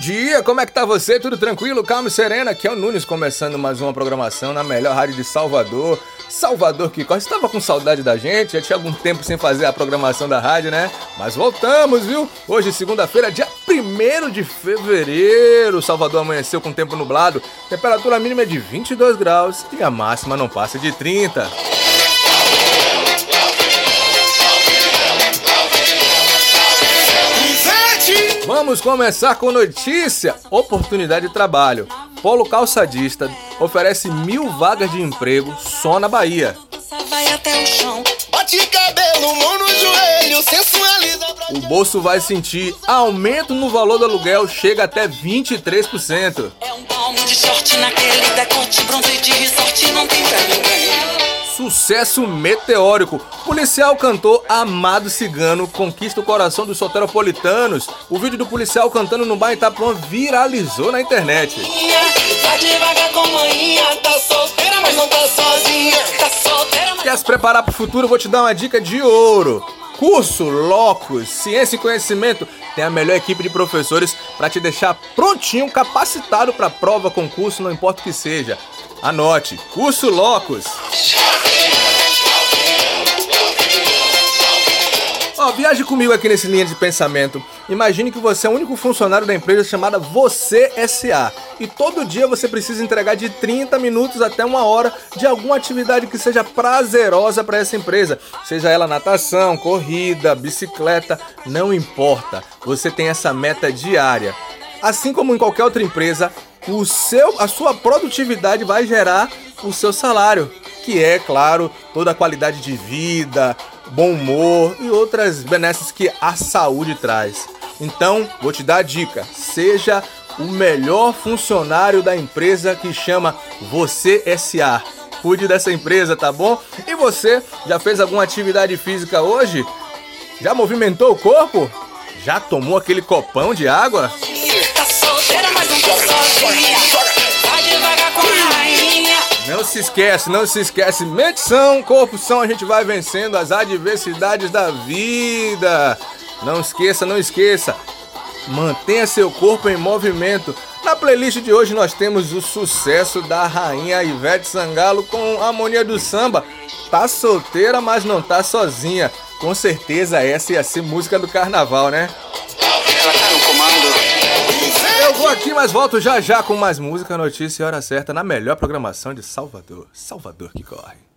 dia, como é que tá você? Tudo tranquilo? Calma e serena? Aqui é o Nunes começando mais uma programação na melhor rádio de Salvador. Salvador que corre. Você tava com saudade da gente? Já tinha algum tempo sem fazer a programação da rádio, né? Mas voltamos, viu? Hoje, segunda-feira, dia 1º de fevereiro. Salvador amanheceu com tempo nublado. Temperatura mínima é de 22 graus e a máxima não passa de 30. Vamos começar com notícia. Oportunidade de trabalho. Polo Calçadista oferece 1.000 vagas de emprego só na Bahia. O bolso vai sentir aumento no valor do aluguel, chega até 23%. Sucesso meteórico. Policial cantor Amado Cigano conquista o coração dos soteropolitanos. O vídeo do policial cantando no bar Itapuã viralizou na internet. Quer se preparar para o futuro? Vou te dar uma dica de ouro. Curso Locus, Ciência e Conhecimento, tem a melhor equipe de professores para te deixar prontinho, capacitado para prova, concurso, não importa o que seja. Anote, Curso Locus. Viaje comigo aqui nesse linha de pensamento. Imagine que você é o único funcionário da empresa chamada Você S.A. E todo dia você precisa entregar de 30 minutos até 1 hora de alguma atividade que seja prazerosa para essa empresa. Seja ela natação, corrida, bicicleta, não importa. Você tem essa meta diária. Assim como em qualquer outra empresa, a sua produtividade vai gerar o seu salário, que é, claro, toda a qualidade de vida, bom humor e outras benesses que a saúde traz. Então, vou te dar a dica: seja o melhor funcionário da empresa que chama Você S.A. Cuide dessa empresa, tá bom? E você, já fez alguma atividade física hoje? Já movimentou o corpo? Já tomou aquele copão de água? Não se esquece, mente são, corpo são, a gente vai vencendo as adversidades da vida. Não esqueça, mantenha seu corpo em movimento. Na playlist de hoje nós temos o sucesso da rainha Ivete Sangalo com Harmonia do Samba. Tá solteira, mas não tá sozinha. Com certeza essa ia ser música do carnaval, né? Ela tá no comando. Eu vou aqui, mas volto já com mais música, notícia e hora certa na melhor programação de Salvador. Salvador que corre.